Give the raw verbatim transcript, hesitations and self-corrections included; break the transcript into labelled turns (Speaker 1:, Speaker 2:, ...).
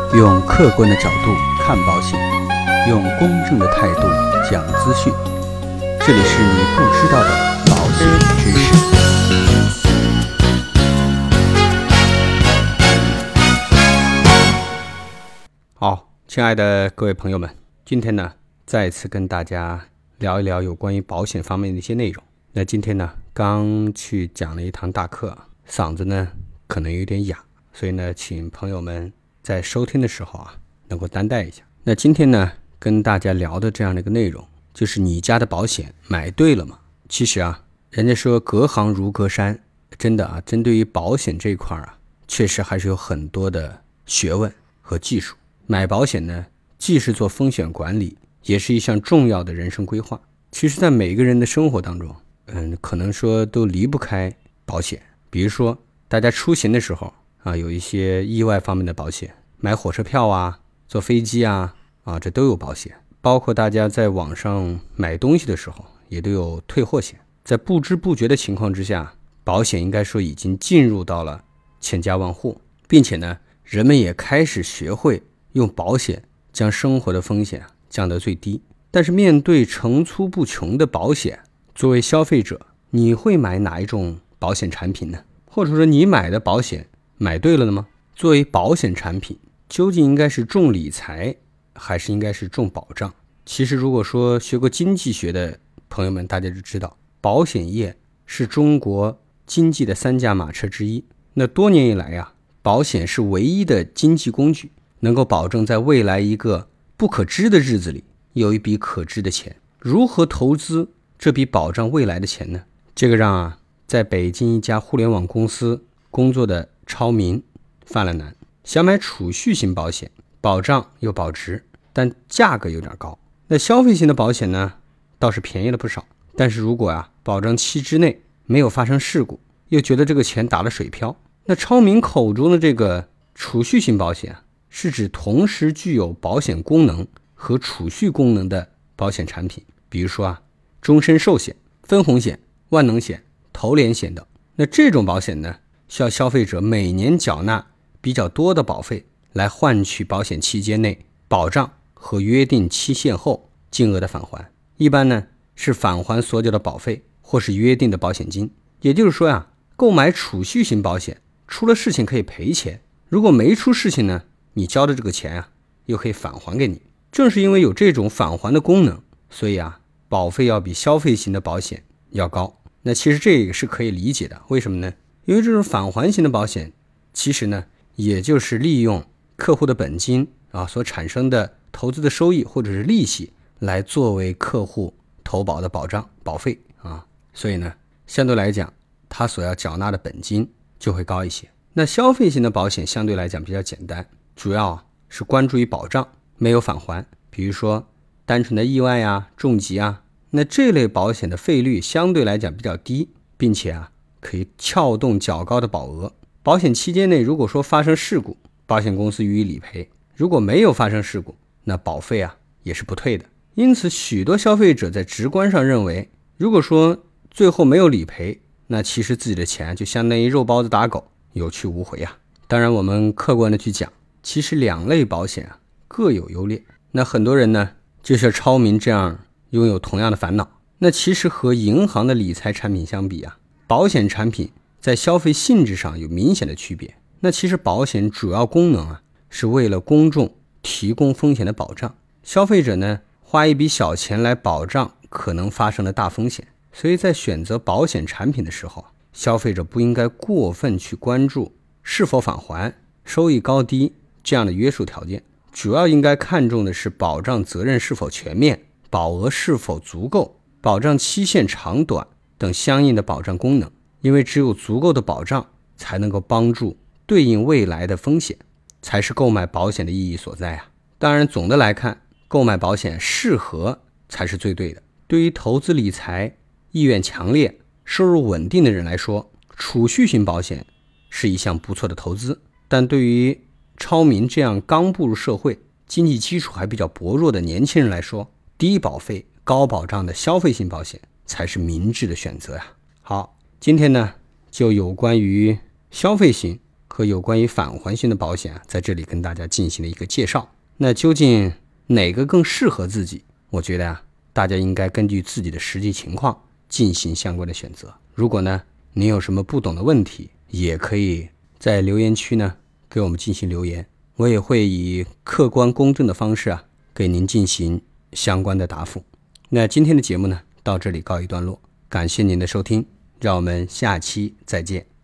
Speaker 1: 用客观的角度看保险，用公正的态度讲资讯。这里是你不知道的保险知识。好，亲爱的各位朋友们，今天呢，再次跟大家聊一聊有关于保险方面的一些内容。那今天呢，刚去讲了一堂大课，嗓子呢可能有点哑，所以呢，请朋友们在收听的时候啊，能够担待一下。那今天呢，跟大家聊的这样的一个内容，就是你家的保险买对了吗？其实啊，人家说隔行如隔山，真的啊，针对于保险这一块啊，确实还是有很多的学问和技术。买保险呢，既是做风险管理，也是一项重要的人生规划。其实在每个人的生活当中，嗯，可能说都离不开保险。比如说大家出行的时候啊，有一些意外方面的保险，买火车票啊，坐飞机啊，啊，这都有保险。包括大家在网上买东西的时候，也都有退货险。在不知不觉的情况之下，保险应该说已经进入到了千家万户，并且呢，人们也开始学会用保险将生活的风险降到最低。但是面对层出不穷的保险，作为消费者，你会买哪一种保险产品呢？或者说你买的保险买对了的吗？作为保险产品，究竟应该是重理财还是应该是重保障？其实如果说学过经济学的朋友们，大家就知道保险业是中国经济的三驾马车之一。那多年以来啊，保险是唯一的经济工具，能够保证在未来一个不可知的日子里有一笔可知的钱。如何投资这笔保障未来的钱呢？这个让啊在北京一家互联网公司工作的超民犯了难。想买储蓄型保险，保障又保值，但价格有点高。那消费型的保险呢，倒是便宜了不少，但是如果啊保障期之内没有发生事故，又觉得这个钱打了水漂。那超民口中的这个储蓄型保险啊，是指同时具有保险功能和储蓄功能的保险产品。比如说啊，终身寿险、分红险、万能险、投连险等。那这种保险呢，需要消费者每年缴纳比较多的保费，来换取保险期间内保障和约定期限后金额的返还。一般呢是返还所缴的保费，或是约定的保险金。也就是说啊，购买储蓄型保险，出了事情可以赔钱，如果没出事情呢，你交的这个钱啊，又可以返还给你。正是因为有这种返还的功能，所以啊，保费要比消费型的保险要高。那其实这也是可以理解的，为什么呢？因为这种返还型的保险，其实呢，也就是利用客户的本金啊所产生的投资的收益或者是利息，来作为客户投保的保障保费啊，所以呢，相对来讲，他所要缴纳的本金就会高一些。那消费型的保险相对来讲比较简单，主要是关注于保障，没有返还。比如说单纯的意外啊、重疾啊，那这类保险的费率相对来讲比较低，并且啊可以撬动较高的保额。保险期间内如果说发生事故，保险公司予以理赔；如果没有发生事故，那保费啊也是不退的。因此许多消费者在直观上认为，如果说最后没有理赔，那其实自己的钱就相当于肉包子打狗，有去无回啊。当然我们客观的去讲，其实两类保险啊各有优劣。那很多人呢就像超民这样拥有同样的烦恼。那其实和银行的理财产品相比啊，保险产品在消费性质上有明显的区别。那其实保险主要功能啊是为了公众提供风险的保障，消费者呢花一笔小钱来保障可能发生的大风险。所以在选择保险产品的时候，消费者不应该过分去关注是否返还、收益高低这样的约束条件，主要应该看重的是保障责任是否全面、保额是否足够、保障期限长短等相应的保障功能。因为只有足够的保障，才能够帮助对应未来的风险，才是购买保险的意义所在啊。当然总的来看，购买保险适合才是最对的。对于投资理财意愿强烈、收入稳定的人来说，储蓄型保险是一项不错的投资。但对于超民这样刚步入社会、经济基础还比较薄弱的年轻人来说，低保费、高保障的消费型保险才是明智的选择呀。好，今天呢就有关于消费型和有关于返还性的保险啊，在这里跟大家进行了一个介绍。那究竟哪个更适合自己？我觉得啊，大家应该根据自己的实际情况进行相关的选择。如果呢，您有什么不懂的问题，也可以在留言区呢给我们进行留言，我也会以客观公正的方式啊，给您进行相关的答复。那今天的节目呢，到这里告一段落，感谢您的收听，让我们下期再见。